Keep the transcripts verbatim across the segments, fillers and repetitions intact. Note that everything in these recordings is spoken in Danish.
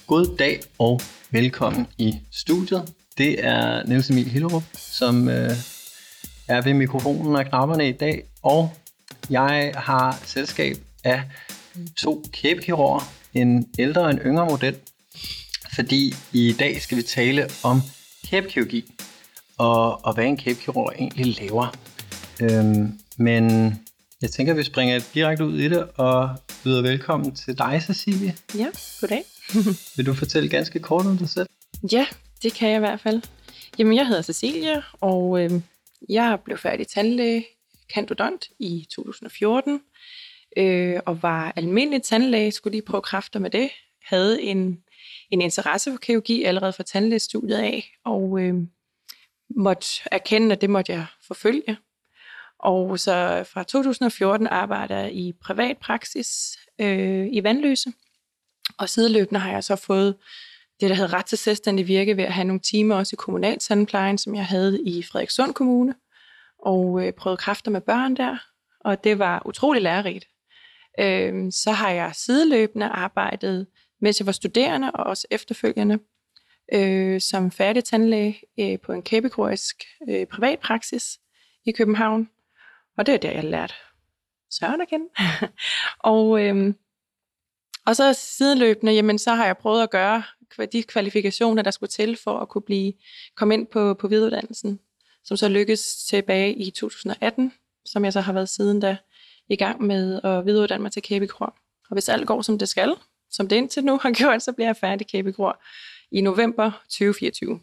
God dag og velkommen i studiet. Det er Niels Emil Hillerup, som øh, er ved mikrofonen og knapperne i dag, og jeg har selskab af to kæbekirurger, en ældre og en yngre model, fordi i dag skal vi tale om kæbekirurgi, og, og hvad en kæbekirurg egentlig laver. Øhm, men jeg tænker, at vi springer direkte ud i det, og byder velkommen til dig, Cecilie. Ja, goddag. Vil du fortælle ganske kort om dig selv? Ja, det kan jeg i hvert fald. Jamen, jeg hedder Cecilie, og øh, jeg blev færdig tandlæge kandidant i to tusind og fjorten, øh, og var almindelig tandlæge, skulle lige prøve kræfter med det. Havde en, en interesse for kirurgi allerede fra tandlægestudiet af, og øh, måtte erkende, at det måtte jeg forfølge. Og så fra to tusind og fjorten arbejder jeg i privat praksis øh, i Vanløse, og sideløbende har jeg så fået det, der hedder ret til selvstændig virke, ved at have nogle timer også i kommunaltandplejen, som jeg havde i Frederikssund Kommune, og øh, prøvet kræfter med børn der, og det var utrolig lærerigt. Øh, så har jeg sideløbende arbejdet, mens jeg var studerende, og også efterfølgende, øh, som færdig tandlæge øh, på en kæbekirurgisk øh, privat praksis i København, og det er der, jeg lærte Søren at kende. og, øh, og så sideløbende, jamen, så har jeg prøvet at gøre de kvalifikationer, der skulle til for at kunne blive, komme ind på, på videreuddannelsen, som så lykkedes tilbage i to tusind og atten, som jeg så har været siden da i gang med at videreuddanne mig til kæbekirurg. Og hvis alt går, som det skal, som det indtil nu har gjort, så bliver jeg færdig kæbekirurg i november tyve fireogtyve.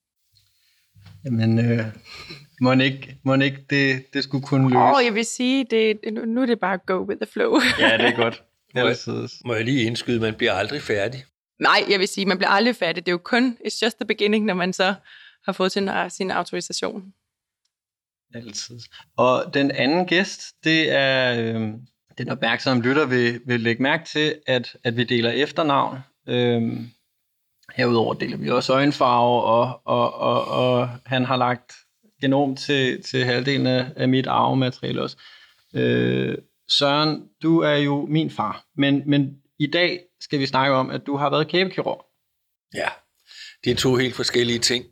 Jamen, øh, må ikke, må ikke det, det skulle kunne lykkes? Åh, oh, jeg vil sige, det, nu er det bare go with the flow. Ja, det er godt. Må jeg, må jeg lige indskyde, man bliver aldrig færdig? Nej, jeg vil sige, man bliver aldrig færdig. Det er jo kun, it's just the beginning, når man så har fået sin, sin autorisation. Altid. Og den anden gæst, det er øh, den opmærksomme lytter vil, vil lægge mærke til, at, at vi deler efternavn. Øh, herudover deler vi også øjenfarve, og, og, og, og han har lagt genom til, til halvdelen af mit arvemateriale også. Øh, Søren, du er jo min far, men, men i dag skal vi snakke om, at du har været kæbekirurg. Ja, det er to helt forskellige ting.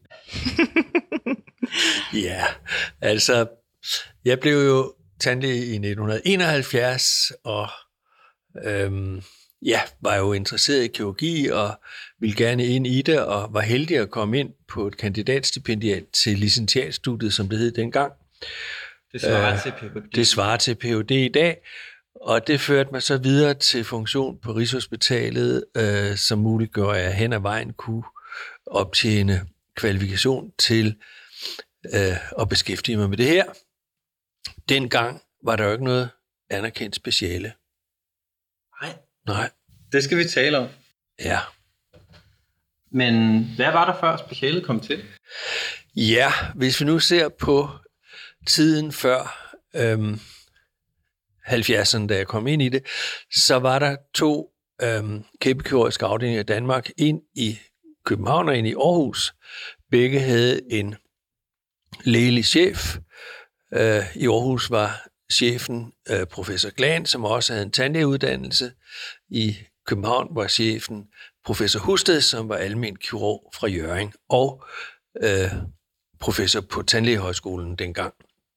Ja, altså, jeg blev jo tandlæge i nitten enoghalvfjerds, og øhm, ja, var jo interesseret i kirurgi, og ville gerne ind i det, og var heldig at komme ind på et kandidatstipendiat til licentiatstudiet, som det hed dengang. Det svarer øh, til P H D. Det svarer til P H D i dag, og det førte mig så videre til funktion på Rigshospitalet, øh, som muliggjorde, at jeg hen ad vejen kunne optjene kvalifikation til øh, at beskæftige mig med det her. Dengang var der jo ikke noget anerkendt speciale. Nej. Nej. Det skal vi tale om. Ja. Men hvad var der før specialet kom til? Ja, hvis vi nu ser på tiden før øhm, halvfjerdserne, da jeg kom ind i det, så var der to øhm, kæbekirurgiske afdelinger i Danmark, en i København og en i Aarhus. Begge havde en lægelig chef. Øh, I Aarhus var chefen øh, professor Glan, som også havde en tandlægeuddannelse. I København var chefen professor Husted, som var almen kirurg fra Hjørring, og øh, professor på Tandlægehøjskolen dengang.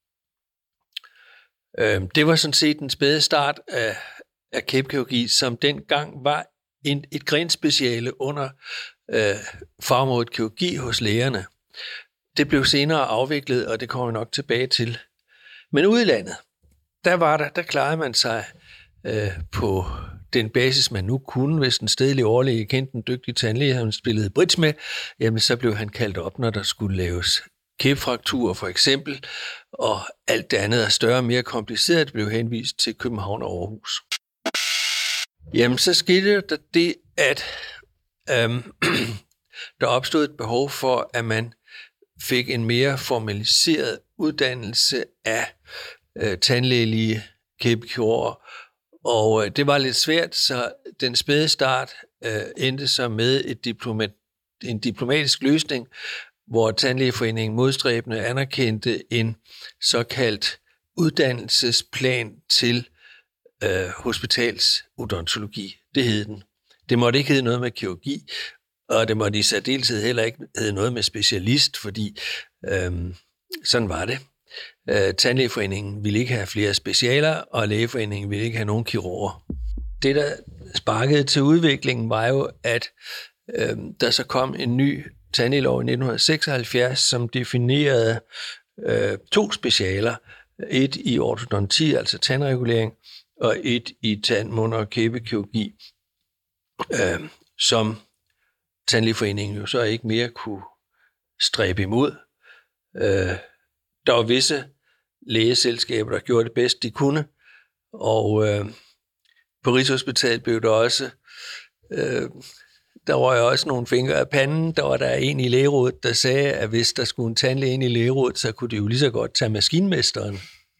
Øh, det var sådan set den spæde start af, af kæbekirurgi, som dengang var en, et grenspeciale under øh, fagområdet kirurgi hos lægerne. Det blev senere afviklet, og det kommer vi nok tilbage til. Men ude i landet, der var der, der klarede man sig øh, på den basis, man nu kunne. Hvis en stedlig overlæge kendte en dygtig tandlæge, han spillede bridge med, jamen så blev han kaldt op, når der skulle laves kæbefrakturer for eksempel, og alt det andet er større og mere kompliceret, blev henvist til København og Aarhus. Jamen så skete der det, at øhm, der opstod et behov for, at man fik en mere formaliseret uddannelse af øh, tandlægelige kæbekirurger, og øh, det var lidt svært, så den spæde start øh, endte så med et diplomat, en diplomatisk løsning, hvor Tandlægeforeningen modstræbende anerkendte en såkaldt uddannelsesplan til øh, hospitalsodontologi. Det hed den. Det måtte ikke hedde noget med kirurgi, og det måtte i særdeleshed heller ikke hedde noget med specialist, fordi øhm, sådan var det. Øh, Tandlægeforeningen ville ikke have flere specialer, og Lægeforeningen ville ikke have nogen kirurger. Det, der sparkede til udviklingen, var jo, at øh, der så kom en ny tandlægelov i nitten seksoghalvfjerds, som definerede øh, to specialer. Et i ortodonti, altså tandregulering, og et i tand-, mund- og kæbekirurgi, øh, som Tandlægeforeningen jo så ikke mere kunne stræbe imod. Øh, der var visse lægeselskaber, der gjorde det bedst, de kunne, og øh, på Rigshospitalet blev der også, øh, der var jo også nogle fingre af panden. Der var der en i lægerådet, der sagde, at hvis der skulle en tandlæge ind i lægerådet, så kunne de jo lige så godt tage maskinmesteren.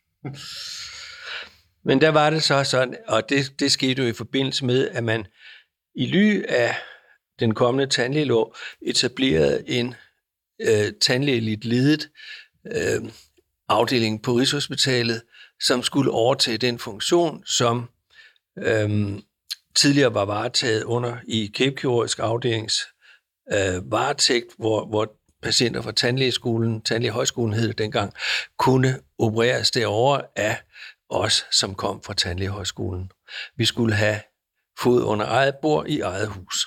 Men der var det så sådan, og det, det skete jo i forbindelse med, at man i ly af den kommende tandlægelov etablerede en øh, tandlægeligt ledet øh, afdeling på Rigshospitalet, som skulle overtage den funktion, som øh, tidligere var varetaget under i kæbekirurgisk afdelings øh, varetægt, hvor, hvor patienter fra tandlægeskolen, tandlægehøjskolen hed det dengang, kunne opereres derovre af os, som kom fra tandlægehøjskolen. Vi skulle have fod under eget bord i eget hus.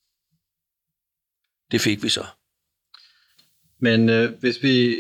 Det fik vi så. Men øh, hvis vi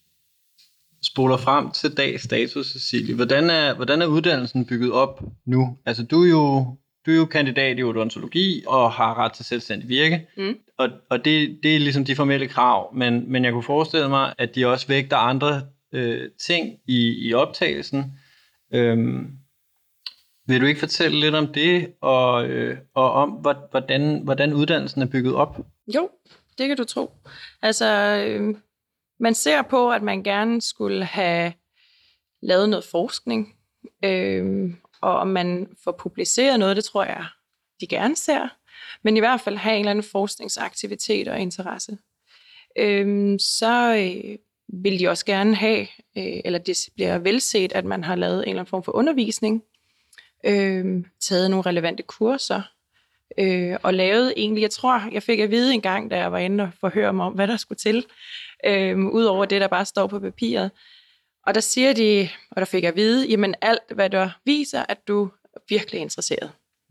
spoler frem til dags dato, Cecilie, hvordan er, hvordan er uddannelsen bygget op nu? Altså, du er jo, du er jo kandidat i odontologi og har ret til selvstændig virke, mm. og, og det, det er ligesom de formelle krav, men, men jeg kunne forestille mig, at de også vægter andre øh, ting i, i optagelsen. Øhm, vil du ikke fortælle lidt om det, og, øh, og om, hvordan, hvordan uddannelsen er bygget op? Jo, det kan du tro. Altså, øh, man ser på, at man gerne skulle have lavet noget forskning, øh, og om man får publiceret noget, det tror jeg, de gerne ser, men i hvert fald have en eller anden forskningsaktivitet og interesse. Øh, så øh, vil de også gerne have, øh, eller det bliver velset, at man har lavet en eller anden form for undervisning, øh, taget nogle relevante kurser, øh, og lavet egentlig, jeg tror, jeg fik at vide en gang, da jeg var inde og forhøre mig om, hvad der skulle til, øh, ud over det, der bare står på papiret. Og der siger de, og der fik jeg at vide, jamen alt, hvad der viser, at du er virkelig interesseret.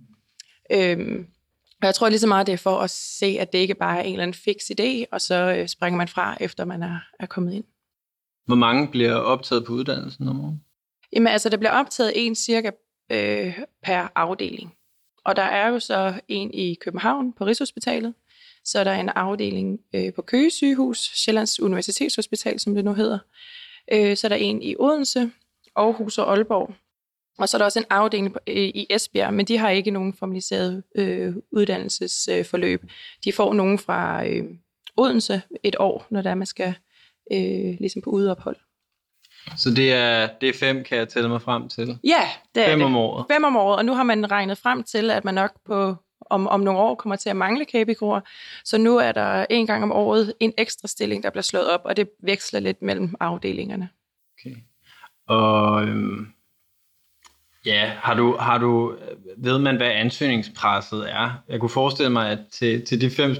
Øh, og jeg tror lige så meget, det er for at se, at det ikke bare er en eller anden fix idé, og så øh, springer man fra, efter man er, er kommet ind. Hvor mange bliver optaget på uddannelsen om året? Jamen altså, der bliver optaget en cirka øh, per afdeling. Og der er jo så en i København på Rigshospitalet. Så er der en afdeling øh, på Køge Sygehus, Sjællands Universitetshospital, som det nu hedder. Øh, så er der en i Odense, Aarhus og Aalborg. Og så er der også en afdeling på, øh, i Esbjerg, men de har ikke nogen formaliseret øh, uddannelsesforløb. Øh, de får nogen fra øh, Odense et år, når der man skal øh, ligesom på udeophold. Så det er, det er fem, kan jeg tælle mig frem til? Ja, det er fem det. om året? Fem om året, og nu har man regnet frem til, at man nok på, om, om nogle år kommer til at mangle kæbekirurger. Så nu er der en gang om året en ekstra stilling, der bliver slået op, og det veksler lidt mellem afdelingerne. Okay. Og øhm, ja, har du, har du, ved man, hvad ansøgningspresset er? Jeg kunne forestille mig, at til, til de fem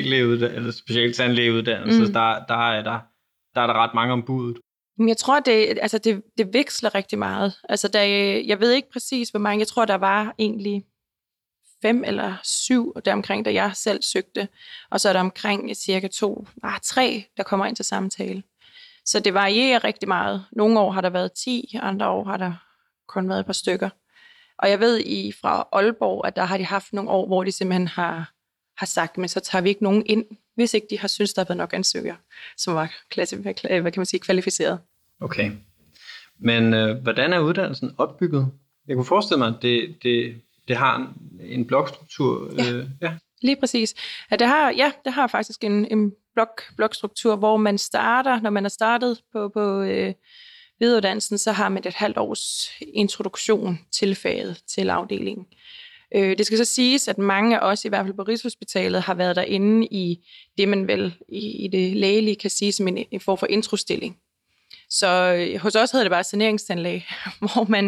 specialtandlægeuddannelser, mm. der, der, er der, der er der ret mange om budet. Jeg tror, det, altså det, det veksler rigtig meget. Altså der, jeg ved ikke præcis, hvor mange. Jeg tror, der var egentlig fem eller syv deromkring, da jeg selv søgte. Og så er der omkring cirka to, ah, tre, der kommer ind til samtale. Så det varierer rigtig meget. Nogle år har der været ti, andre år har der kun været et par stykker. Og jeg ved i fra Aalborg, at der har de haft nogle år, hvor de simpelthen har, har sagt, men så tager vi ikke nogen ind, hvis ikke de har syntes, der har været nok ansøgere, som var klassi- hvad kan man sige, kvalificeret. Okay. Men øh, hvordan er uddannelsen opbygget? Jeg kunne forestille mig, at det, det, det har en, en blokstruktur. Ja. Øh, ja, lige præcis. Ja, det har, ja, det har faktisk en, en blok, blokstruktur, hvor man starter, når man er startet på, på øh, videreuddannelsen, så har man et halvt års introduktion til faget, til afdelingen. Øh, det skal så siges, at mange af os, i hvert fald på Rigshospitalet, har været derinde i det, man vel i, i det lægelige kan sige som en, en form for introstilling. Så øh, hos os hedder det bare saneringstandlæge, hvor man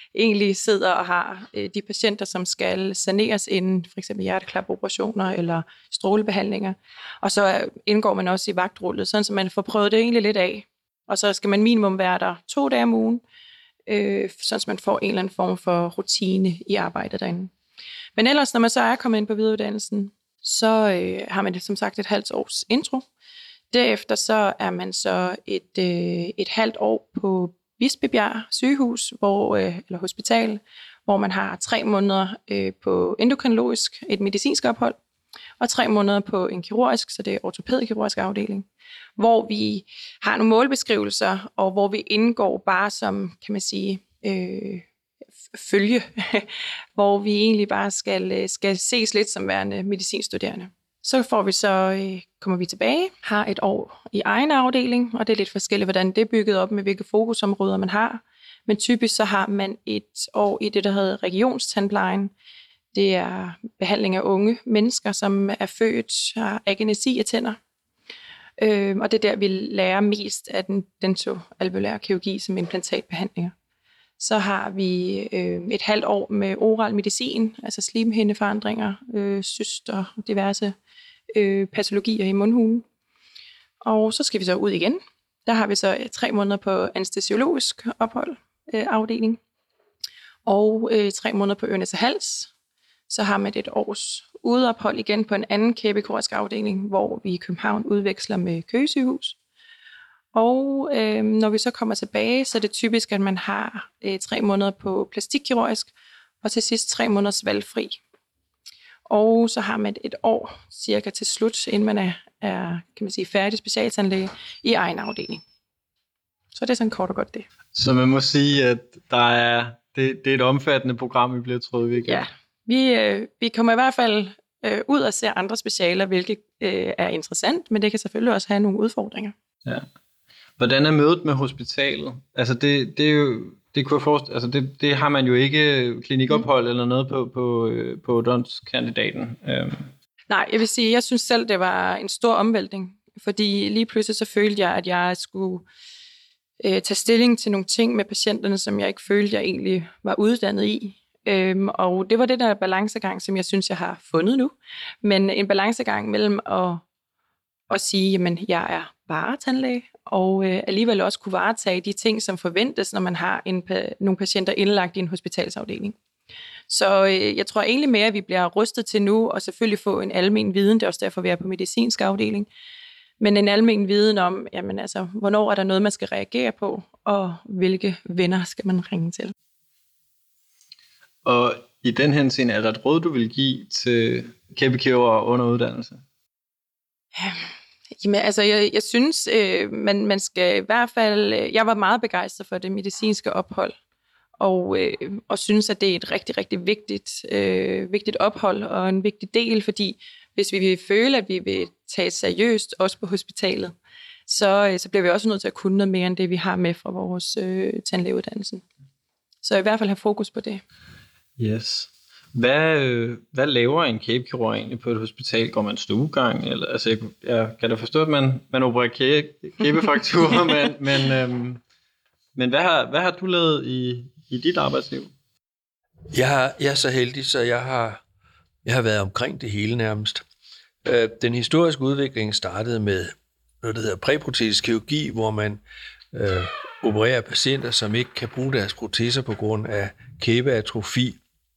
egentlig sidder og har øh, de patienter, som skal saneres inden for eksempel hjerteklapoperationer eller strålebehandlinger. Og så indgår man også i vagtrullet, sådan så man får prøvet det egentlig lidt af. Og så skal man minimum være der to dage om ugen, øh, sådan så man får en eller anden form for rutine i arbejdet derinde. Men ellers, når man så er kommet ind på videreuddannelsen, så øh, har man som sagt et halvt års intro. Derefter så er man så et, øh, et halvt år på Bispebjerg sygehus, hvor, øh, eller hospital, hvor man har tre måneder øh, på endokrinologisk, et medicinsk ophold, og tre måneder på en kirurgisk, så det er ortopædkirurgisk afdeling, hvor vi har nogle målbeskrivelser, og hvor vi indgår bare som, kan man sige, øh, følge, hvor vi egentlig bare skal, skal ses lidt som værende medicinstuderende. Så får vi så, øh, kommer vi tilbage, har et år i egen afdeling, og det er lidt forskelligt, hvordan det er bygget op med, hvilke fokusområder man har. Men typisk så har man et år i det, der hedder regionstandplejen. Det er behandling af unge mennesker, som er født af agenesi af tænder. Øh, og det er der, vi lærer mest af den dentoalveolære kirurgi som implantatbehandlinger. Så har vi øh, et halvt år med oral medicin, altså slimhindeforandringer, øh, cyst og diverse øh, patologier i mundhulen. Og så skal vi så ud igen. Der har vi så tre måneder på anæstesiologisk ophold, øh, afdeling, og øh, tre måneder på øre, næse og hals. Så har man et års udeophold igen på en anden kæbekirurgisk afdeling, hvor vi i København udveksler med Køge sygehus. Og øh, når vi så kommer tilbage, så er det typisk, at man har øh, tre måneder på plastikkirurgisk, og til sidst tre måneders valgfri. Og så har man et år cirka til slut, inden man er, er kan man sige, færdig specialtandlæge i egen afdeling. Så det er sådan kort og godt det. Så man må sige, at der er, det, det er et omfattende program, vi bliver troet virkelig. Ja, vi, øh, vi kommer i hvert fald øh, ud og ser andre specialer, hvilket øh, er interessant, men det kan selvfølgelig også have nogle udfordringer. Ja. Hvordan er mødet med hospitalet? Altså det, det er jo, det kunne jeg forestille, altså det, det har man jo ikke klinikophold mm. eller noget på på på odontskandidaten. Um. Nej, jeg vil sige, jeg synes selv det var en stor omvæltning, fordi lige pludselig så følte jeg, at jeg skulle øh, tage stilling til nogle ting med patienterne, som jeg ikke følte, jeg egentlig var uddannet i. Øhm, og det var det der balancegang, som jeg synes, jeg har fundet nu. Men en balancegang mellem at, at sige, jamen jeg er bare tandlæge, og øh, alligevel også kunne varetage de ting, som forventes, når man har en, nogle patienter indlagt i en hospitalsafdeling. Så øh, jeg tror egentlig mere, at vi bliver rustet til nu, og selvfølgelig få en almen viden, det er også derfor, vi er på medicinsk afdeling, men en almen viden om, jamen altså, hvornår er der noget, man skal reagere på, og hvilke venner skal man ringe til. Og i den henseende, er der et råd, du vil give til kæbekirurger under uddannelse? Ja. Jamen, altså, jeg, jeg synes, øh, man, man skal i hvert fald... Øh, jeg var meget begejstret for det medicinske ophold, og, øh, og synes, at det er et rigtig, rigtig vigtigt, øh, vigtigt ophold og en vigtig del, fordi hvis vi vil føle, at vi vil tage seriøst, også på hospitalet, så, øh, så bliver vi også nødt til at kunne noget mere end det, vi har med fra vores øh, tandlægeuddannelse. Så i hvert fald have fokus på det. Yes. Hvad, øh, hvad laver en kæbekirurg egentlig på et hospital? Går man stuegang? Eller, altså, jeg, jeg kan da forstå, at man, man opererer kæ, kæbefrakturer, men, men, øhm, men hvad, har, hvad har du lavet i, i dit arbejdsliv? Jeg, har, jeg er så heldig, så jeg har, jeg har været omkring det hele nærmest. Øh, den historiske udvikling startede med noget, der hedder præprotetisk kirurgi, hvor man øh, opererer patienter, som ikke kan bruge deres proteser på grund af kæbeatrofi.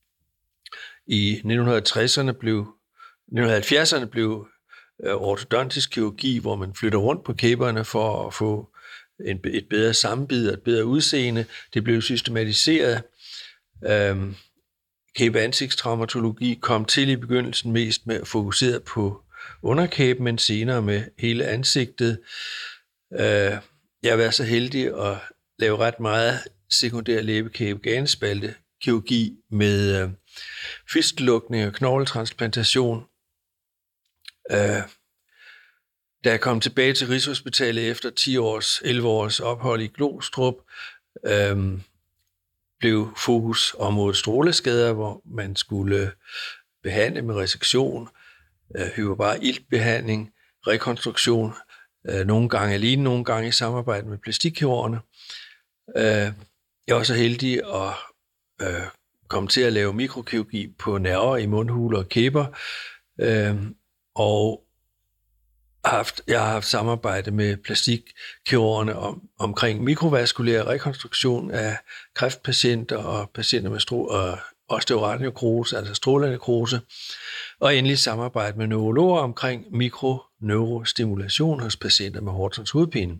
I nitten tresserne blev, nitten halvfjerdserne blev øh, ortodontisk kirurgi, hvor man flytter rundt på kæberne for at få en, et bedre sammenbid og et bedre udseende. Det blev systematiseret. Øhm, Kæbeansigtstraumatologi kom til i begyndelsen mest med at fokusere på underkæben, men senere med hele ansigtet. Øh, jeg har været så heldig at lave ret meget sekundær læbekæbe-ganespalte kirurgi med øh, fistelukning og knogletransplantation. Øh, da jeg kom tilbage til Rigshospitalet efter ti års, elleve års ophold i Glostrup, øh, blev fokusområdet stråleskader, hvor man skulle behandle med resektion, øh, hyperbar iltbehandling, rekonstruktion, øh, nogle gange alene, nogle gange i samarbejde med plastikkirurgerne. Øh, jeg var så heldig at øh, kom til at lave mikrokirurgi på nerver i mundhuler og kæber, øh, og haft, jeg har haft samarbejde med plastikkirurgerne om, omkring mikrovaskulær rekonstruktion af kræftpatienter og patienter med stro, og osteoarternekrose, altså strålenekrose, og endelig samarbejde med neurologer omkring mikroneurostimulation hos patienter med Hortons hovedpine.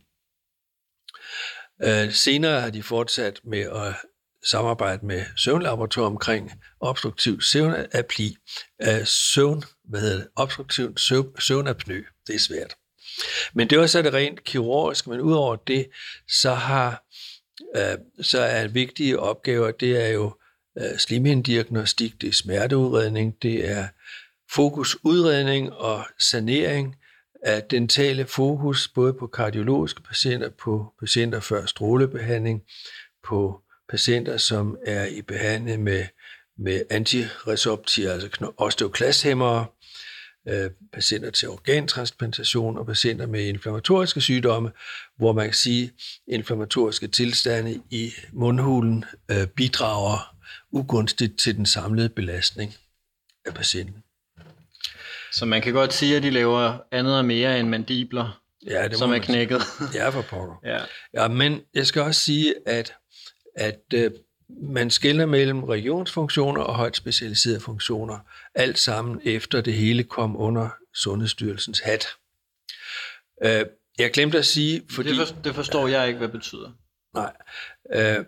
Øh, senere har de fortsat med at samarbejde med søvnlaboratorier omkring obstruktiv søvnapni, øh, søvn, hvad hedder det, obstruktiv søv, søvnapnø. Det er svært. Men det var så det rent kirurgisk, men udover det, så har øh, så er en vigtige opgaver, det er jo øh, slimhindediagnostik, det er smerteudredning, det er fokusudredning og sanering af dentale fokus, både på kardiologiske patienter, på patienter før strålebehandling, på patienter, som er i behandling med, med antiresorptiver, altså osteoklasthæmmere, øh, patienter til organtransplantation og patienter med inflammatoriske sygdomme, hvor man kan sige, at inflammatoriske tilstande i mundhulen øh, bidrager ugunstigt til den samlede belastning af patienten. Så man kan godt sige, at de laver andet og mere end mandibler, ja, det som er knækket. Ja, for pokker. Ja. Ja, men jeg skal også sige, at, at øh, man skelner mellem regionsfunktioner og højt specialiserede funktioner, alt sammen efter det hele kom under Sundhedsstyrelsens hat. Øh, jeg glemte at sige, fordi... Det, for, det forstår jeg ikke, hvad det betyder. Nej. Øh,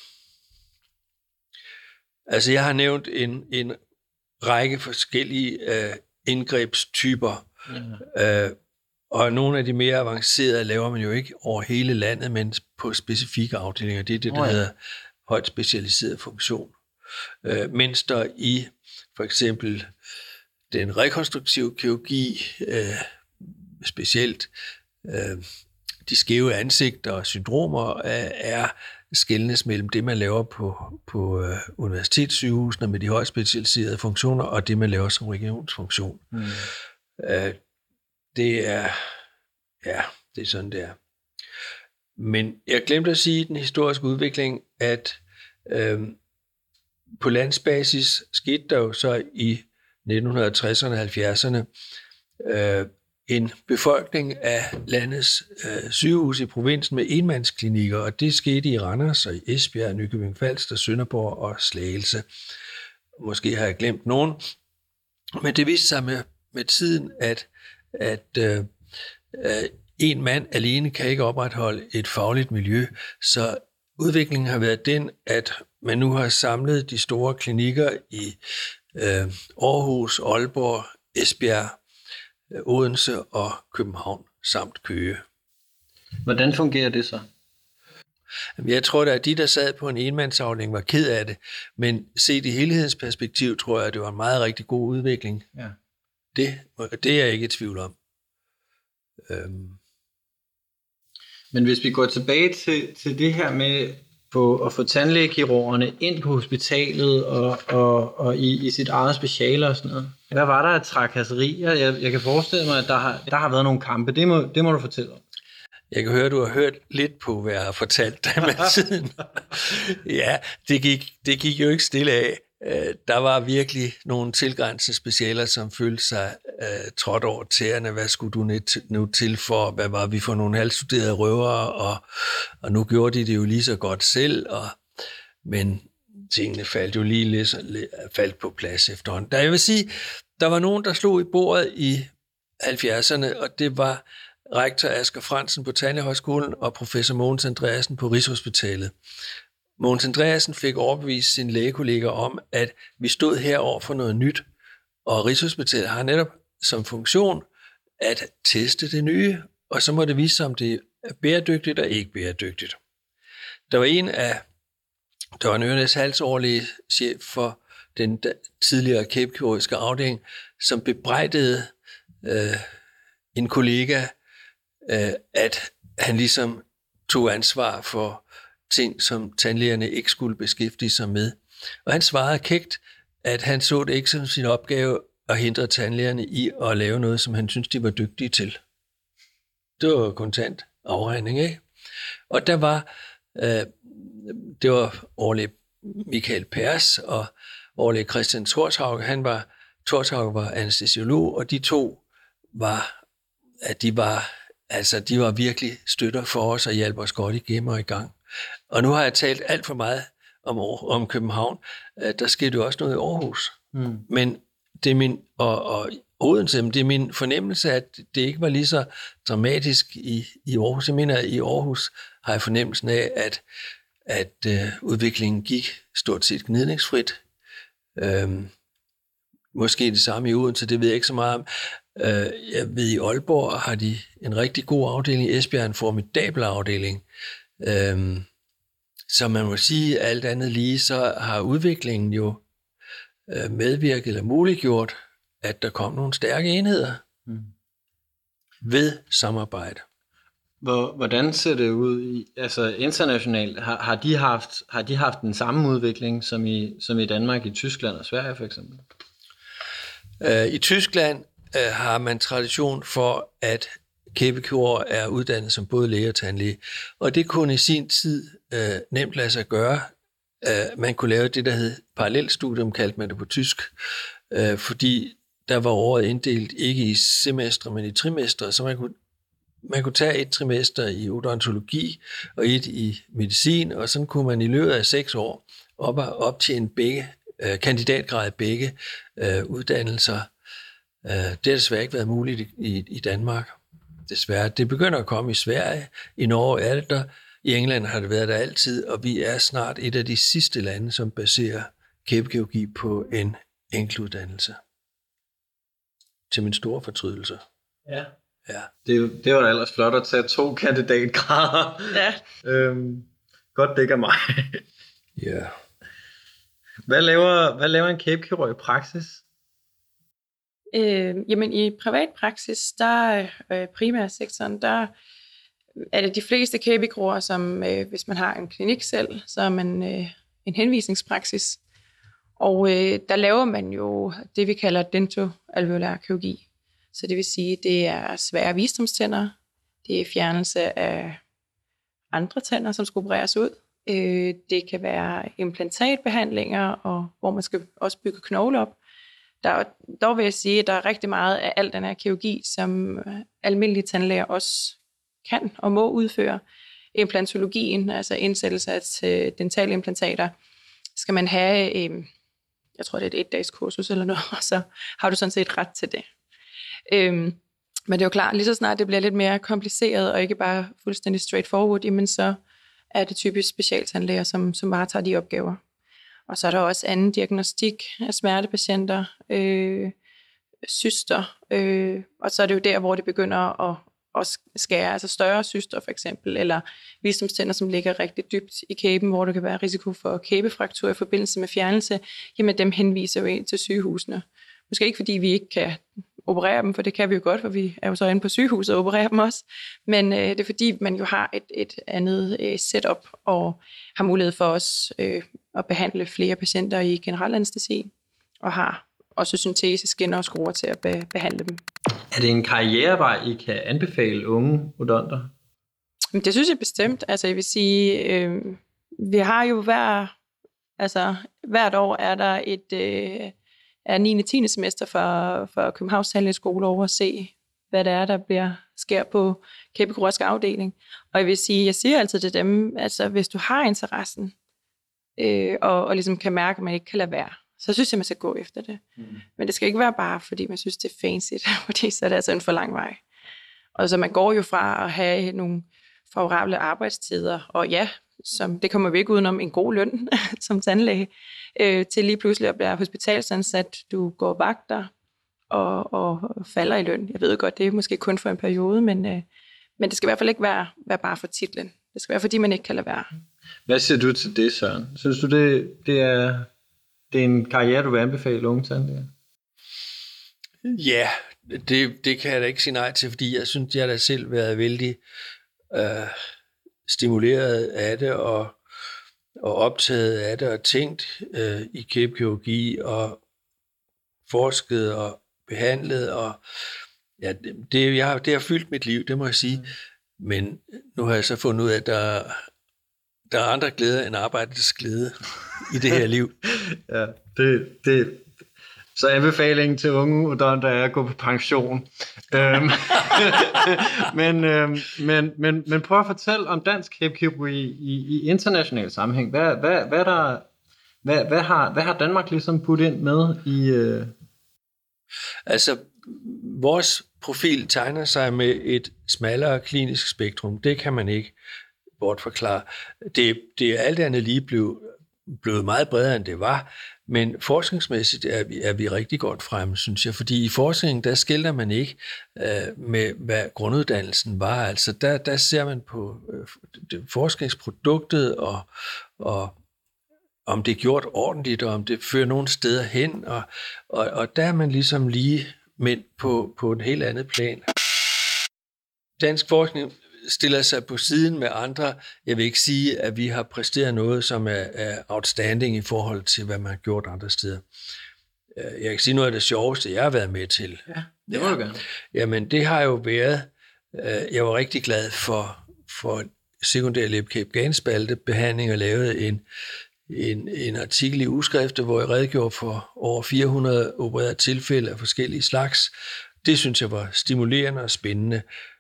altså, jeg har nævnt en, en række forskellige øh, indgrebstyper, ja. øh, og nogle af de mere avancerede laver man jo ikke over hele landet, men på specifikke afdelinger. Det er det, der oh, ja. hedder højt specialiseret funktion. Øh, mens der i for eksempel den rekonstruktive kirurgi, øh, specielt øh, de skæve ansigter og syndromer, øh, er skelnes mellem det, man laver på, på øh, universitetssygehusene med de højt specialiserede funktioner, og det, man laver som regionsfunktion. Mm. Øh, det er, ja, det er sådan, det er. Men jeg glemte at sige i den historiske udvikling, at øh, på landsbasis skete der jo så i nitten tresserne og halvfjerdserne øh, en befolkning af landets øh, sygehuse i provinsen med enmandsklinikker, og det skete i Randers og i Esbjerg, Nykøbing Falster, Sønderborg og Slagelse. Måske har jeg glemt nogen, men det viste sig med, med tiden, at, at øh, øh, en mand alene kan ikke opretholde et fagligt miljø, så udviklingen har været den, at man nu har samlet de store klinikker i øh, Aarhus, Aalborg, Esbjerg, Odense og København samt Køge. Hvordan fungerer det så? Jeg tror da, at de, der sad på en enmandsafdeling, var ked af det, men set i helhedsperspektiv, tror jeg, at det var en meget rigtig god udvikling. Ja. Det, det er jeg ikke i tvivl om. Øhm. Men hvis vi går tilbage til, til det her med på at få tandlægekirurgerne ind på hospitalet og, og, og i, i sit eget speciale og sådan noget. Hvad var der af trakasserier? Jeg, jeg kan forestille mig, at der har, der har været nogle kampe. Det må, det må du fortælle om. Jeg kan høre, at du har hørt lidt på, hvad jeg har fortalt dig med tiden. Ja, det gik, det gik jo ikke stille af. Der var virkelig nogle tilgrænsende specialer, som følte sig uh, trådt over tæerne. Hvad skulle du nu til for? Hvad var vi for nogle halvstuderede røvere? Og, og nu gjorde de det jo lige så godt selv. Og, men tingene faldt jo lige lidt, faldt på plads efterhånden. Der, jeg vil sige, der var nogen, der slog i bordet i halvfjerdserne, og det var rektor Asger Frandsen på Tandlægehøjskolen og professor Mogens Andreasen på Rigshospitalet. Mogens Andreasen fik overbevist sine lægekolleger om, at vi stod her over for noget nyt, og Rigshospitalet har netop som funktion at teste det nye, og så må det vise sig, om det er bæredygtigt og ikke bæredygtigt. Der var en af, der var en ørenes halsårlige chef for den tidligere kæbekirurgiske afdeling, som bebrejdede øh, en kollega, øh, at han ligesom tog ansvar for ting, som tandlægerne ikke skulle beskæftige sig med. Og han svarede kægt, at han så det ikke som sin opgave at hindre tandlægerne i at lave noget, som han syntes, de var dygtige til. Det var kontant afregning, ikke? Og der var, øh, det var årlige Michael Pers og overlæge Christian Torshauge. Han var, Torshauge var anæstesiolog, og de to var, at de var, altså de var virkelig støtter for os og hjalp os godt igennem og i gang. Og nu har jeg talt alt for meget om, om København. Der skete jo også noget i Aarhus. Mm. Men det er min, og, og Odense, det er min fornemmelse, at det ikke var lige så dramatisk i, i Aarhus. Jeg mener, at i Aarhus har jeg fornemmelsen af, at, at øh, udviklingen gik stort set gnidningsfrit. Øhm, måske det samme i Odense, det ved jeg ikke så meget om. Øh, jeg ved, i Aalborg har de en rigtig god afdeling, i Esbjerg en formidabel afdeling. Øhm, så man må sige, alt andet lige, så har udviklingen jo øh, medvirket eller muliggjort, at der kom nogle stærke enheder mm. ved samarbejde. Hvordan ser det ud i, altså internationalt? Har, har, de haft, har de haft den samme udvikling som i, som i Danmark, i Tyskland og Sverige for eksempel? Uh, I Tyskland uh, har man tradition for, at kæbekirurger er uddannet som både læge og tandlæge. Og det kunne i sin tid uh, nemt lade sig gøre. Uh, man kunne lave det, der hed parallelstudium, kaldte man det på tysk, uh, fordi der var året inddelt ikke i semestre, men i trimestre, så man kunne, man kunne tage et trimester i odontologi og et i medicin, og sådan kunne man i løbet af seks år op og optjene begge, øh, kandidatgrad begge øh, uddannelser. Øh, det har desværre ikke været muligt i, i, i Danmark. Desværre. Det begynder at komme i Sverige. I Norge er det der. I England har det været der altid, og vi er snart et af de sidste lande, som baserer kæbekirurgi på en enkeltuddannelse. Til min store fortrydelse. Ja. Ja. Det, det var da ellers flot at tage to kandidatgrader. Ja. øhm, godt dækker mig. Ja. Hvad laver, hvad laver en kæbekirurg i praksis? Øh, jamen i privat praksis, der øh, primærsektoren, der er det de fleste kæbekirurger, som øh, hvis man har en klinik selv, så er man øh, en henvisningspraksis. Og øh, der laver man jo det, vi kalder dentoalveolær kirurgi. Så det vil sige, det er svære visdomstænder, det er fjernelse af andre tænder, som skal opereres ud. Øh, det kan være implantatbehandlinger, og hvor man skal også bygge knogle op. Der, dog vil jeg sige, at der er rigtig meget af al den her kirurgi, som almindelige tandlæger også kan og må udføre. Implantologien, altså indsættelse af dentalimplantater, skal man have, øh, jeg tror det er et et-dages kursus eller noget, og så har du sådan set ret til det. Øhm, men det er jo klart, lige så snart det bliver lidt mere kompliceret, og ikke bare fuldstændig straightforward, jamen så er det typisk specialtandlæger, som, som varetager de opgaver. Og så er der også anden diagnostik af smertepatienter, øh, cyster, øh, og så er det jo der, hvor det begynder at, at skære, altså større cyster for eksempel, eller visdomstænder, som ligger rigtig dybt i kæben, hvor der kan være risiko for kæbefraktur i forbindelse med fjernelse, jamen dem henviser jo ind til sygehusene. Måske ikke fordi vi ikke kan operere dem, for det kan vi jo godt, for vi er jo så inde på sygehuset og opererer dem også. Men øh, det er fordi, man jo har et, et andet øh, setup og har mulighed for os øh, at behandle flere patienter i generel anæstesi, og har også syntese, skinner og skruer til at be- behandle dem. Er det en karrierevej, I kan anbefale unge odonter? Det synes jeg bestemt. Altså jeg vil sige, øh, vi har jo hver, altså, hvert år er der et... Øh, er niende og tiende semester for, for Københavns Tandlægeskole over at se, hvad det er, der bliver sker på kæbekirurgisk afdeling. Og jeg vil sige, jeg siger altid til dem, altså hvis du har interessen, øh, og, og ligesom kan mærke, at man ikke kan lade være, så synes jeg, man skal gå efter det. Mm. Men det skal ikke være bare, fordi man synes, det er fancy, fordi så er det altså en for lang vej. Og så man går jo fra at have nogle favorable arbejdstider, og ja, som, det kommer vi ikke udenom, en god løn som tandlæge, øh, til lige pludselig at blive hospitalsansat. Du går vagter og, og falder i løn. Jeg ved godt, det er måske kun for en periode, men, øh, men det skal i hvert fald ikke være, være bare for titlen. Det skal være, fordi man ikke kan lade være. Hvad siger du til det, Søren? Synes du, det, det, er, det er en karriere, du vil anbefale unge tandlæger? Ja, det, det kan jeg da ikke sige nej til, fordi jeg synes, jeg har da selv været vældig øh, stimuleret af det, og, og optaget af det, og tænkt øh, i kæbekirurgi, og forsket og behandlet, og ja, det, jeg har, det har fyldt mit liv, det må jeg sige. Men nu har jeg så fundet ud af, at der der er andre glæder end arbejdets glæde i det her liv. Ja, det, det. Så anbefalingen til unge odonter er at gå på pension. øhm, men, øhm, men, men, men prøv at fortælle om dansk kæbekirurgi i, i international sammenhæng. Hvad, hvad, hvad, der, hvad, hvad, har, hvad har Danmark ligesom budt ind med i... Øh... Altså, vores profil tegner sig med et smallere klinisk spektrum. Det kan man ikke bortforklare. Det, det er alt andet lige blevet, blevet meget bredere, end det var, men forskningsmæssigt er vi, er vi rigtig godt fremme, synes jeg, fordi i forskningen, der skilter man ikke øh, med, hvad grunduddannelsen var. Altså, der, der ser man på øh, forskningsproduktet, og, og om det er gjort ordentligt, og om det fører nogle steder hen, og, og, og der er man ligesom lige med på, på et helt andet plan. Dansk forskning stiller sig på siden med andre. Jeg vil ikke sige, at vi har præsteret noget, som er, er outstanding i forhold til, hvad man har gjort andre steder. Jeg kan sige noget af det sjoveste, jeg har været med til. Ja, det må du gerne. Jamen, det har jo været, jeg var rigtig glad for, for sekundær læbekæb-ganspalte-behandling, og lavede en, en, en artikel i Ugeskrift, hvor jeg redegjorde for over fire hundrede opererede tilfælde af forskellige slags. Det synes jeg var stimulerende og spændende.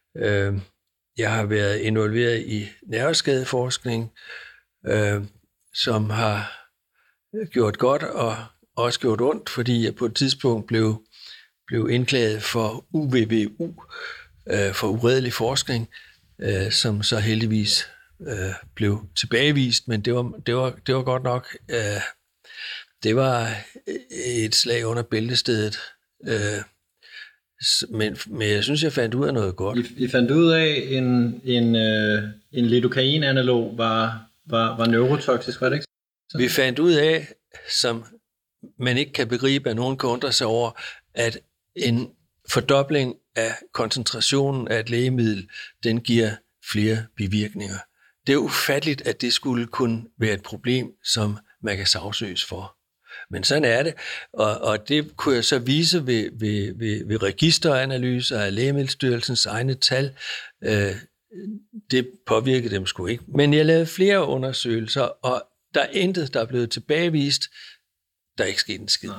Jeg har været involveret i nerveskadeforskning, øh, som har gjort godt og også gjort ondt, fordi jeg på et tidspunkt blev, blev indklaget for U V V U, øh, for uredelig forskning, øh, som så heldigvis øh, blev tilbagevist, men det var, det var, det var godt nok, øh, det var et slag under bæltestedet. Øh, Men, men jeg synes, jeg fandt ud af noget godt. I, I fandt ud af, en, en, øh, en lidocain-analog var, var, var neurotoksisk, var det ikke? Så. Vi fandt ud af, som man ikke kan begribe, at nogen kan undre sig over, at en fordobling af koncentrationen af et lægemiddel, den giver flere bivirkninger. Det er ufatteligt, at det skulle kunne være et problem, som man kan sagsøges for. Men sådan er det, og, og det kunne jeg så vise ved, ved, ved, ved registeranalyser af Lægemiddelstyrelsens egne tal. Øh, det påvirkede dem sgu ikke. Men jeg lavede flere undersøgelser, og der er intet, der er blevet tilbagevist. Der er ikke sket en skid. Nej.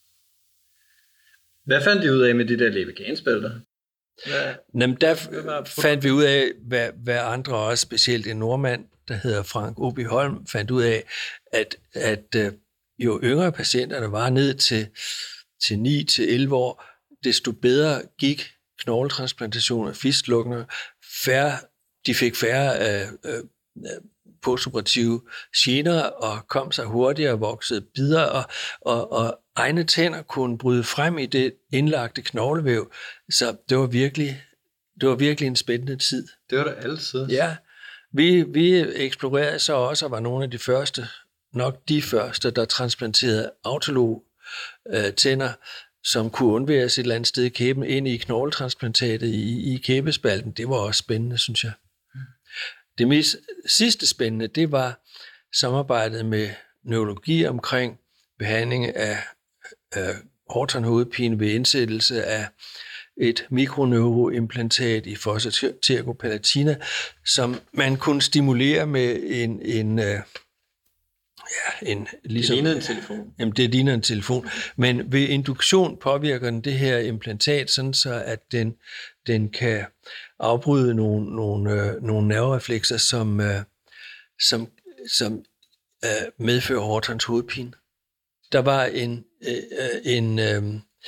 Hvad fandt I ud af med de der levegansbælter? Jamen, der fandt vi ud af, hvad, hvad andre også, specielt en nordmand, der hedder Frank Obi Holm, fandt ud af, at, at jo yngre patienterne var ned til, til ni til elleve år, desto bedre gik knogletransplantationer, fistlukkende, færre, de fik færre øh, øh, postoperative gener og kom sig hurtigere, voksede videre, og, og, og egne tænder kunne bryde frem i det indlagte knoglevæv. Så det var virkelig, det var virkelig en spændende tid. Det var der altid. Ja, vi, vi eksplorerede så også og var nogle af de første, nok de første, der transplanterede autolog øh, tænder, som kunne undværes et eller andet sted i kæben, ind i knogletransplantatet i, i kæbespalten. Det var også spændende, synes jeg. Mm. Det mest sidste spændende, det var samarbejdet med neurologi omkring behandling af øh, Horton-hovedpine ved indsættelse af et mikroneuroimplantat i fossa ptergo-palatina, som man kunne stimulere med en... en øh, Ja, en, ligesom, det ligner en telefon. Jamen, det ligner en telefon. Men ved induktion påvirker den det her implantat, sådan så at den, den kan afbryde nogle, nogle, øh, nogle nervereflekser, som, øh, som, som øh, medfører Hortons hovedpine. Der var en, øh, en øh,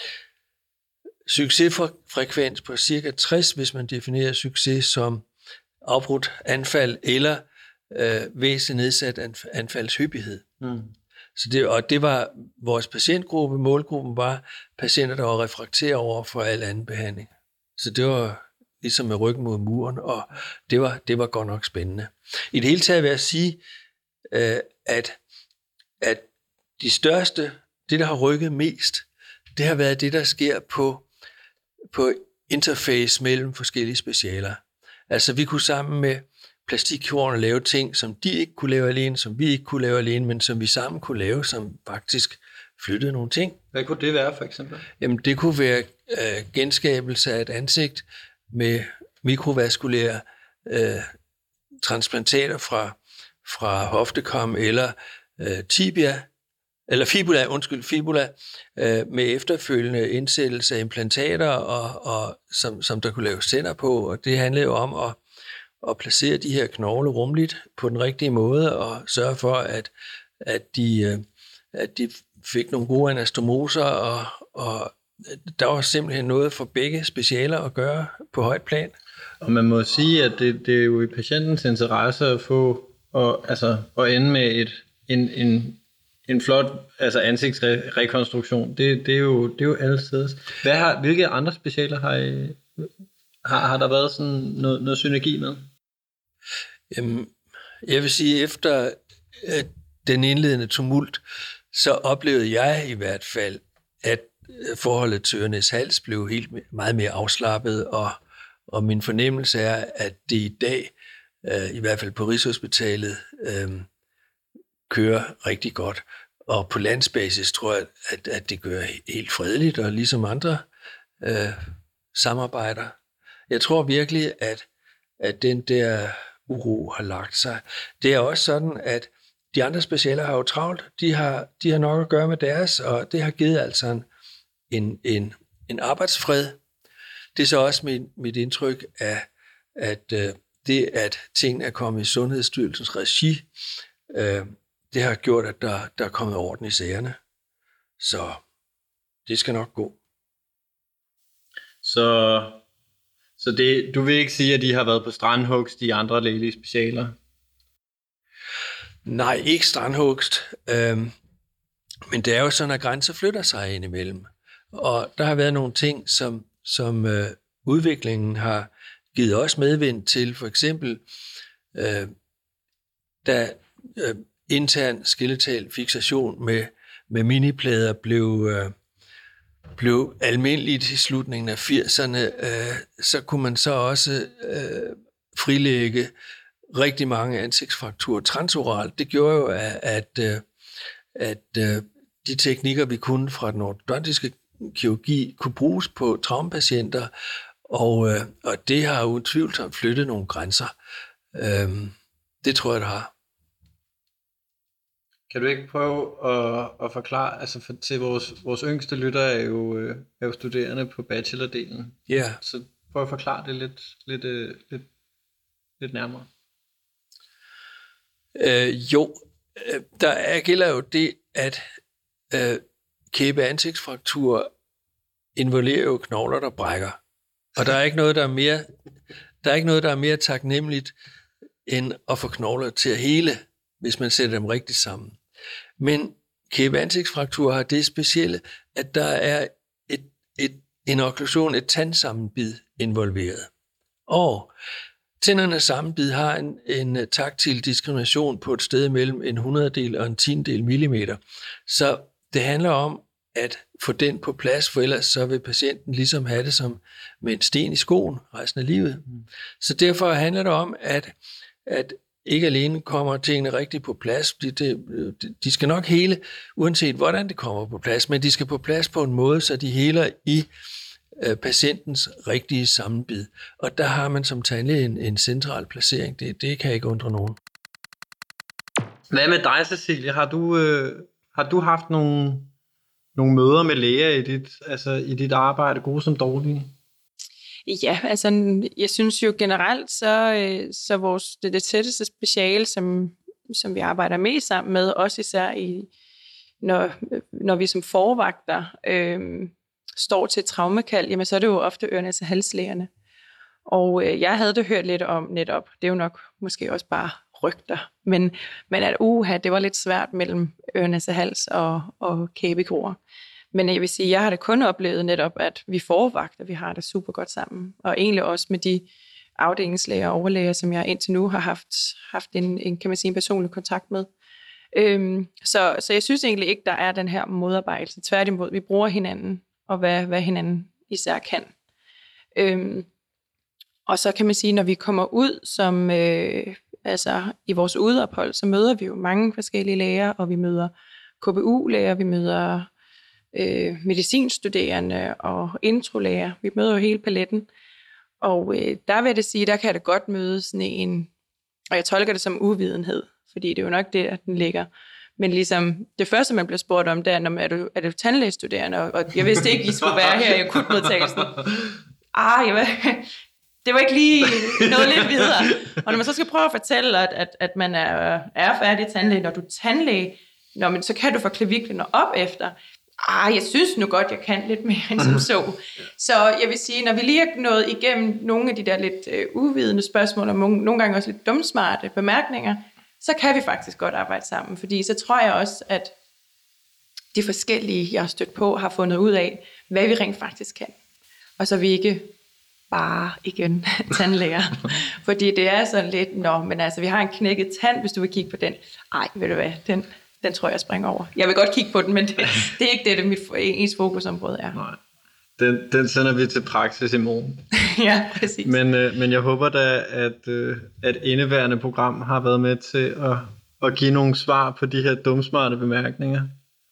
succesfrekvens på cirka tres, hvis man definerer succes som afbrudt anfald eller Øh, væsentligt nedsat anfaldshyppighed. Mm. Så det, og det var vores patientgruppe, målgruppen var patienter, der var refraktere over for al anden behandling. Så det var ligesom med ryggen mod muren, og det var, det var godt nok spændende. I det hele taget vil jeg sige, øh, at, at de største, det der har rykket mest, det har været det, der sker på, på interface mellem forskellige specialer. Altså vi kunne sammen med plastikkirurgerne lave ting, som de ikke kunne lave alene, som vi ikke kunne lave alene, men som vi sammen kunne lave, som faktisk flyttede nogle ting. Hvad kunne det være, for eksempel? Jamen, det kunne være øh, genskabelse af et ansigt med mikrovaskulære øh, transplantater fra, fra hoftekom eller øh, tibia, eller fibula, undskyld, fibula, øh, med efterfølgende indsættelse af implantater, og, og, som, som der kunne laves tænder på, og det handlede jo om at, at placere de her knogler rumligt på den rigtige måde, og sørge for, at, at, de, øh, at de fik nogle gode anastomoser, og, og der var simpelthen noget for begge specialer at gøre på højt plan. Og man må sige, at det, det er jo i patientens interesse at få, og, altså, at ende med et, en, en, en flot altså ansigtsrekonstruktion. Det, det, er jo, det er jo altid. Hvad har, hvilke andre specialer har, I, har, har der været sådan noget, noget synergi med? Jamen, jeg vil sige, efter øh, den indledende tumult, så oplevede jeg i hvert fald, at forholdet til øre-næse-hals blev helt meget mere afslappet, og, og min fornemmelse er, at det i dag, øh, i hvert fald på Rigshospitalet, øh, kører rigtig godt. Og på landsbasis tror jeg, at, at det gør helt fredeligt, og ligesom andre øh, samarbejder. Jeg tror virkelig, at, at den der uro har lagt sig. Det er også sådan, at de andre specialer har jo travlt. De har, de har nok at gøre med deres, og det har givet altså en, en, en, en arbejdsfred. Det er så også mit, mit indtryk af, at øh, det, at tingene er kommet i Sundhedsstyrelsens regi, øh, det har gjort, at der, der er kommet orden i sagerne. Så det skal nok gå. Så, så det, du vil ikke sige, at de har været på strandhugst, de andre lægelige specialer? Nej, ikke strandhugst. Øhm, men det er jo sådan, at grænser flytter sig indimellem. Og der har været nogle ting, som, som øh, udviklingen har givet os medvind til. For eksempel, øh, da øh, intern skeletal fixation med, med miniplader blev, øh, blev almindeligt i slutningen af firserne, øh, så kunne man så også øh, frilægge rigtig mange ansigtsfrakturer transoralt. Det gjorde jo, at, at, at de teknikker, vi kunne fra den ortodontiske kirurgi, kunne bruges på traumepatienter, og, og det har uden tvivl flyttet nogle grænser. Det tror jeg, det har. Kan du ikke prøve at, at forklare, altså for, til vores, vores yngste lytter er jo, er jo studerende på bachelordelen. Ja. Yeah. Så prøv at forklare det lidt, lidt, lidt, lidt nærmere. Øh, jo, der er, gælder jo det, at øh, kæbe-ansigtsfraktur involverer jo knogler, der brækker. Og der er ikke noget, der er mere, der er ikke noget, der er mere taknemmeligt, end at få knogler til at hele, hvis man sætter dem rigtigt sammen. Men kæbe-ansigtsfraktur har det specielle, at der er et, et, en okklusion, et tandsammenbid involveret. Og tændernes sammenbid har en, en taktil diskrimination på et sted mellem en hundrededel og en tiendedel millimeter. Så det handler om at få den på plads, for ellers så vil patienten ligesom have det som med en sten i skoen resten af livet. Mm. Så derfor handler det om, at, at ikke alene kommer tingene rigtigt på plads. De, de, de skal nok hele, uanset hvordan det kommer på plads, men de skal på plads på en måde, så de heler i patientens rigtige sammenbid. Og der har man som tandlæge en, en central placering. Det, det kan ikke undre nogen. Hvad med dig, Cecilie? Har du, øh, har du haft nogle, nogle møder med læger i dit, altså i dit arbejde, gode som dårlige? Ja, altså jeg synes jo generelt, så, så vores, det, det tætteste speciale, som, som vi arbejder mest sammen med, også især i, når, når vi som forvagter øh, står til traumekald, jamen så er det jo ofte øre-næse-hals-lægerne. Og øh, jeg havde det hørt lidt om netop, det er jo nok måske også bare rygter, men, men at uha, det var lidt svært mellem øre-næse-hals og, og kæbegror. Men jeg vil sige, jeg har det kun oplevet netop, at vi forvagter, vi har det super godt sammen. Og egentlig også med de afdelingslæger og overlæger, som jeg indtil nu har haft, haft en, en, kan man sige, en personlig kontakt med. Øhm, så, så jeg synes egentlig ikke, der er den her modarbejdelse. Tværtimod, vi bruger hinanden, og hvad, hvad hinanden især kan. Øhm, og så kan man sige, når vi kommer ud som, øh, altså i vores udophold, så møder vi jo mange forskellige læger, og vi møder K B U-læger, vi møder øh, medicinstuderende og introlæger. Vi møder jo hele paletten. Og øh, der vil jeg det sige, der kan det godt møde sådan en, og jeg tolker det som uvidenhed fordi det er jo nok det, at den ligger. Men ligesom, det første, man bliver spurgt om, det er, når man, er, du, er du tandlægestuderende? Og, og jeg vidste ikke, I skulle være her i akutmodtagelsen. Ah, jeg ved, det var ikke lige noget lidt videre. Og når man så skal prøve at fortælle, at, at, at man er, er færdig tandlæge, når du er tandlæge, når man, så kan du få klaviklerne op efter. Ah, jeg synes nu godt, jeg kan lidt mere end som så. Så jeg vil sige, når vi lige har nået igennem nogle af de der lidt øh, uvidende spørgsmål, og nogle gange også lidt dumsmarte bemærkninger, så kan vi faktisk godt arbejde sammen. Fordi så tror jeg også, at de forskellige, jeg har stødt på, har fundet ud af, hvad vi rent faktisk kan. Og så vi ikke bare igen tandlæger. Fordi det er sådan lidt, nå, men altså, vi har en knækket tand, hvis du vil kigge på den. Ej, ved du hvad, den, den tror jeg springer over. Jeg vil godt kigge på den, men det, det er ikke det, det mit ens fokusområde er. Nej. Den, den sender vi til praksis i morgen. Ja, præcis. Men, øh, men jeg håber da, at, øh, at indeværende program har været med til at, at give nogle svar på de her dumsmarte bemærkninger.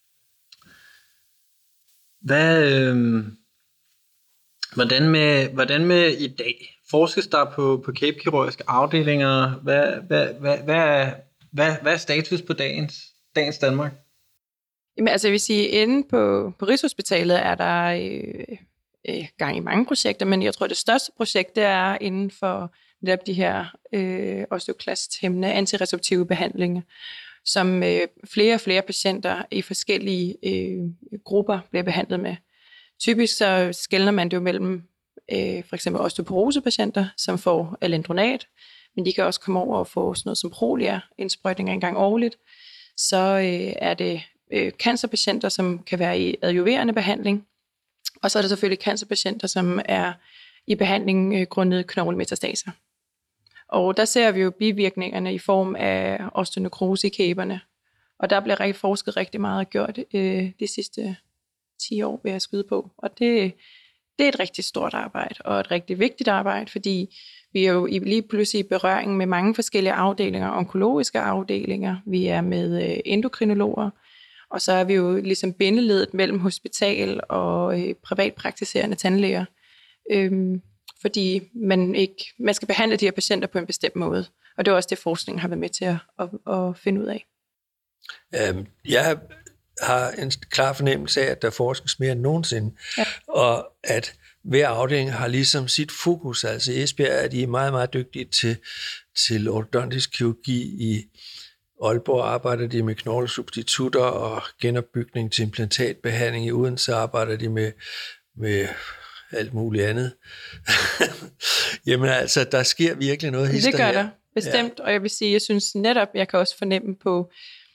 Hvad, øh, hvordan, med, hvordan med i dag? Forskes der på, på kæbekirurgiske afdelinger? Hvad, hvad, hvad, hvad, er, hvad, hvad er status på dagens, dagens Danmark? Jamen, altså jeg vil sige, inde på, på Rigshospitalet er der øh, øh, gang i mange projekter, men jeg tror, det største projekt, det er inden for netop de her øh, osteoklast-hæmmende antiresorptive behandlinger, som øh, flere og flere patienter i forskellige øh, grupper bliver behandlet med. Typisk så skelner man det jo mellem øh, for eksempel osteoporosepatienter, som får alendronat, men de kan også komme over og få sådan noget som Prolia-indsprøjtninger en gang årligt. Så øh, er det øh, cancerpatienter, som kan være i adjuverende behandling, og så er der selvfølgelig cancerpatienter, som er i behandling øh, grundet knoglemetastaser. Og der ser vi jo bivirkningerne i form af osteonekrose i kæberne, og der bliver rigtig forsket rigtig meget gjort øh, de sidste ti år, vil jeg skyde på. Og det, det er et rigtig stort arbejde, og et rigtig vigtigt arbejde, fordi vi er jo lige pludselig i berøring med mange forskellige afdelinger, onkologiske afdelinger, vi er med øh, endokrinologer, og så er vi jo ligesom bindeledet mellem hospital og øh, privatpraktiserende tandlæger, øhm, fordi man, ikke, man skal behandle de her patienter på en bestemt måde. Og det er også det, forskningen har været med til at, at, at finde ud af. Øhm, jeg har en klar fornemmelse af, at der forskes mere end nogensinde, ja. Og at hver afdeling har ligesom sit fokus. Altså i Esbjerg er de meget, meget dygtige til, til ortodontisk kirurgi. I Aalborg arbejder de med knoglesubstitutter og genopbygning til implantatbehandling. I Odense arbejder de med, med alt muligt andet. Jamen altså, der sker virkelig noget hister. Det gør der, bestemt. Ja. Og jeg vil sige, jeg synes netop, jeg kan også fornemme på,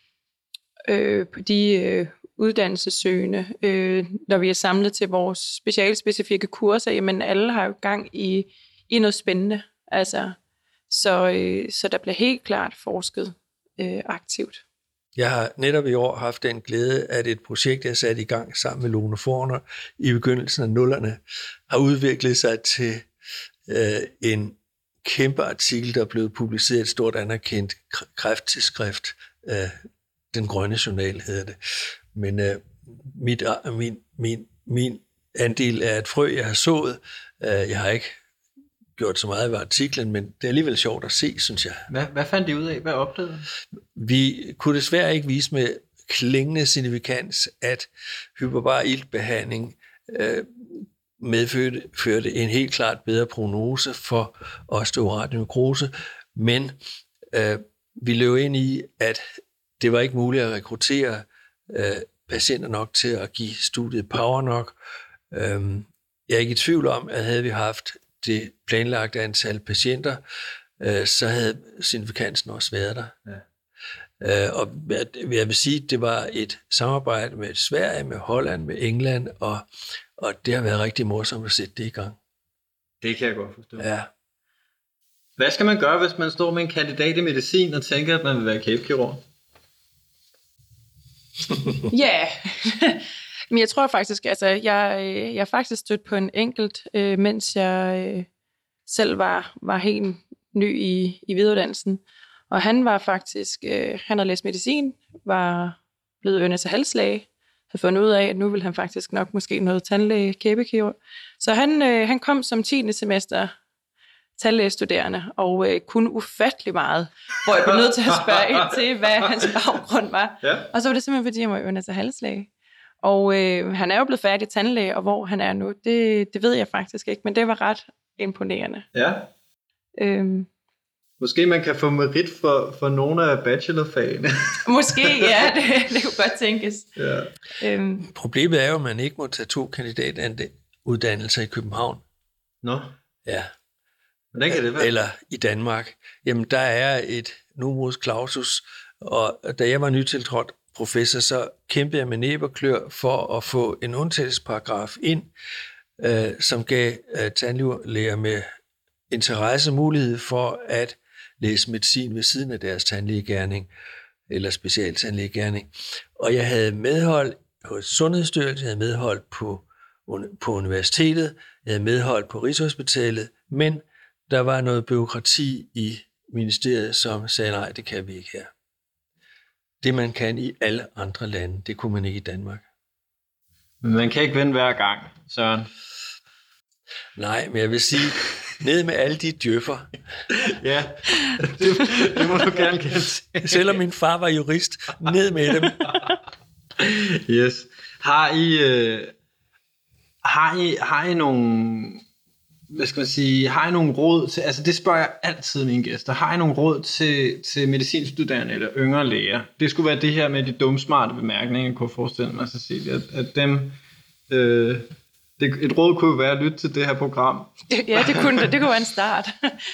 øh, på de øh, uddannelsessøgende, øh, når vi er samlet til vores specialspecifikke kurser, jamen alle har jo gang i, i noget spændende. Altså, så, øh, så der bliver helt klart forsket øh, aktivt. Jeg har netop i år haft den glæde, at et projekt, jeg satte i gang sammen med Lone Forner i begyndelsen af nullerne, har udviklet sig til øh, en kæmpe artikel, der er blevet publiceret i et stort anerkendt kræfttidsskrift. Øh, Den Grønne Journal hedder det. Men øh, mit, min, min, min andel er et frø, jeg har sået. Øh, jeg har ikke gjort så meget ved artiklen, men det er alligevel sjovt at se, synes jeg. Hvad, hvad fandt de ud af? Hvad opdagede? Vi kunne desværre ikke vise med klingende signifikans, at hyperbar iltbehandling øh, medførte førte en helt klart bedre prognose for osteoarternekrose, men øh, vi løb ind i, at det var ikke muligt at rekruttere øh, patienter nok til at give studiet power nok. Øhm, jeg er ikke i tvivl om, at havde vi haft det planlagte antal patienter, øh, så havde signifikansen også været der. Ja. Øh, og jeg vil sige, at det var et samarbejde med Sverige, med Holland, med England, og, og det har været rigtig morsomt at sætte det i gang. Det kan jeg godt forstå. Ja. Hvad skal man gøre, hvis man står med en kandidat i medicin og tænker, at man vil være kæbekirurg? Ja, men jeg tror faktisk, altså jeg, jeg er faktisk stødt på en enkelt, øh, mens jeg øh, selv var, var helt ny i, i videreuddannelsen. Og han var faktisk, øh, han havde læst medicin, var blevet ørnes- og halslæge, havde fundet ud af, at nu ville han faktisk nok måske noget tandlæge, kæbekirurg. Så han, øh, han kom som tiende semester tandlægestuderende, og øh, kunne ufattelig meget, hvor jeg blev nødt til at spørge ind til, hvad hans baggrund var. Ja. Og så var det simpelthen, fordi jeg var øverende til halslæge. Og øh, han er jo blevet færdig tandlæge, og hvor han er nu, det, det ved jeg faktisk ikke, men det var ret imponerende. Ja. Øhm. Måske man kan få merit for, for nogle af bachelorfagene. Måske, ja, det, det kunne godt tænkes. Ja. Øhm. Problemet er jo, at man ikke må tage to kandidatuddannelser i København. Nå. Ja. Hvordan kan det være? Eller i Danmark. Jamen, der er et numerus clausus, og da jeg var nytiltrådt professor, så kæmpede jeg med næb og klør for at få en undtagelsesparagraf ind, øh, som gav øh, tandlæger med interesse mulighed for at læse medicin ved siden af deres tandlægegerning, eller specialtandlægegerning. Og jeg havde medhold hos Sundhedsstyrelsen, jeg havde medhold på, på universitetet, jeg havde medhold på Rigshospitalet, men der var noget bureaukrati i ministeriet, som sagde, nej, det kan vi ikke her. Det, man kan i alle andre lande, det kunne man ikke i Danmark. Men man kan ikke vinde hver gang, Søren. Nej, men jeg vil sige, ned med alle de djøffer. Ja, det, det må du gerne kende. Selvom min far var jurist, ned med dem. Yes. Har I, øh, har I, har I nogle... Hvad skal man sige, har I nogle råd til, altså det spørger jeg altid mine gæster, har I nogle råd til, til medicinstuderende eller yngre læger? Det skulle være det her med de dumsmarte bemærkninger, jeg kunne forestille mig, Cecilie, at, at dem, øh, det, et råd kunne jo være at lytte til det her program. Ja, det kunne, det kunne være en start.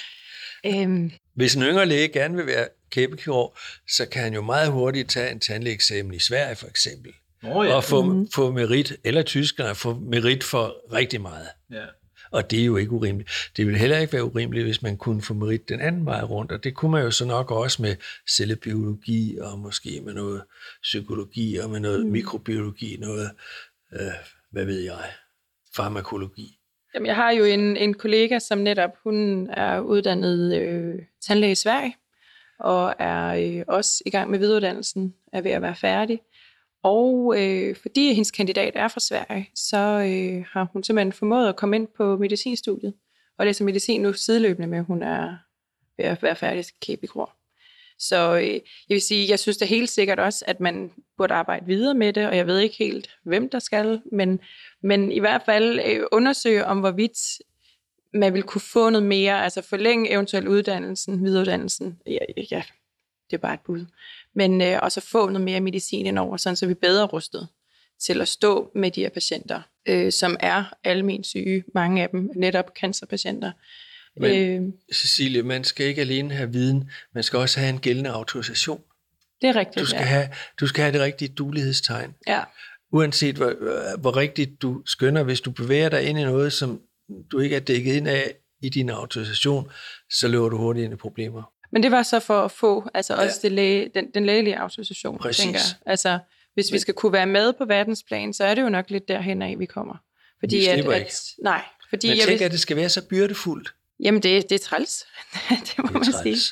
um. Hvis en yngre læge gerne vil være kæbekirurg, så kan han jo meget hurtigt tage en tandlægeeksamen i Sverige for eksempel, oh, ja. og få, mm. få merit, eller tyskerne, få merit for rigtig meget. Ja. Og det er jo ikke urimeligt. Det ville heller ikke være urimeligt, hvis man kunne få merit den anden vej rundt, og det kunne man jo så nok også med cellebiologi, og måske med noget psykologi, og med noget mm. mikrobiologi, noget, øh, hvad ved jeg, farmakologi. Jamen, jeg har jo en, en kollega, som netop, hun er uddannet øh, tandlæge i Sverige, og er øh, også i gang med videreuddannelsen, er ved at være færdig. Og øh, fordi hendes kandidat er fra Sverige, så øh, har hun simpelthen formået at komme ind på medicinstudiet. Og det er så medicin nu sideløbende med, at hun er ved at være færdig som kæbekirurg. Så øh, jeg vil sige, jeg synes det helt sikkert også, at man burde arbejde videre med det, og jeg ved ikke helt, hvem der skal, men, men i hvert fald øh, undersøge om, hvorvidt man vil kunne få noget mere, altså forlænge eventuelt uddannelsen, videreuddannelsen. Ja, ja, det er bare et bud. Men øh, også få noget mere medicin indover, sådan så vi er bedre rustet til at stå med de her patienter, øh, som er almen syge, mange af dem netop cancerpatienter. Men øh, Cecilie, man skal ikke alene have viden, man skal også have en gældende autorisation. Det er rigtigt, du skal ja. have, du skal have det rigtige duelighedstegn. Ja. Uanset hvor, hvor rigtigt du skønner, hvis du bevæger dig ind i noget, som du ikke er dækket ind af i din autorisation, så løber du hurtigt ind i problemer. Men det var så for at få altså også ja. det læge, den, den lægelige autorisation, Præcis. tænker jeg. Altså, hvis Men, vi skal kunne være med på verdensplan, så er det jo nok lidt derhen af, vi kommer. Fordi vi at, at, at, nej, fordi Men jeg tænker, vil, at det skal være så byrdefuldt. Jamen, det, det er træls. det må det er man træls. sige.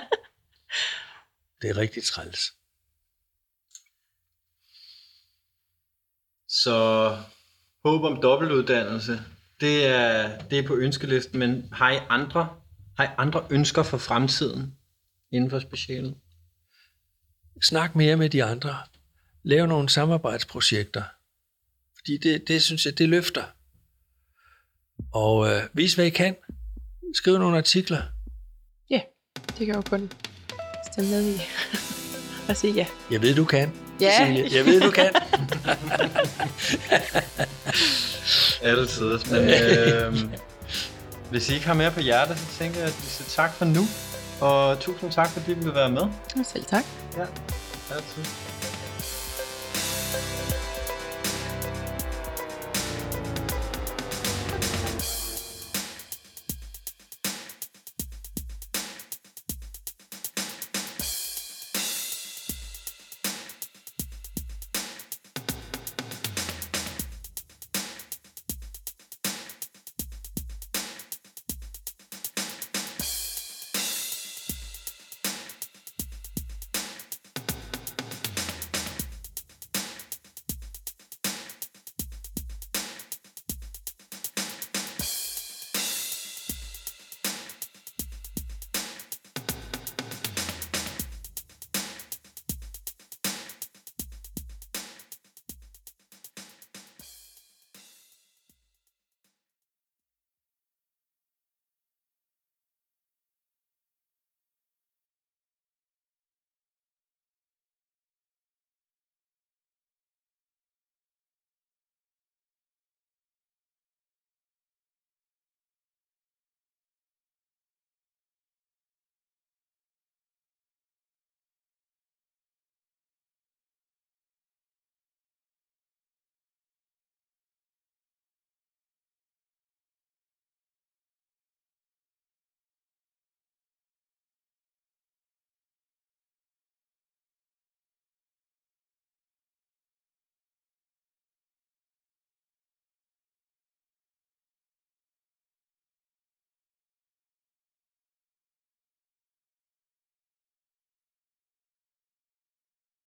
Det er rigtig træls. Så håb om dobbeltuddannelse, det er, det er på ønskelisten, men har I andre Har I andre ønsker for fremtiden inden for specialet? Snak mere med de andre. Lav nogle samarbejdsprojekter. Fordi det, det synes jeg, det løfter. Og øh, vis, hvad I kan. Skriv nogle artikler. Ja, det kan jeg jo kun stemme med i. Og sige ja. Jeg ved, du kan. Ja. Cecilie. Jeg ved, du kan. Altid. Men øh, hvis I ikke har mere på hjertet, så tænker jeg, at vi siger tak for nu. Og tusind tak, fordi du vil være med. Selv tak. Ja, altid.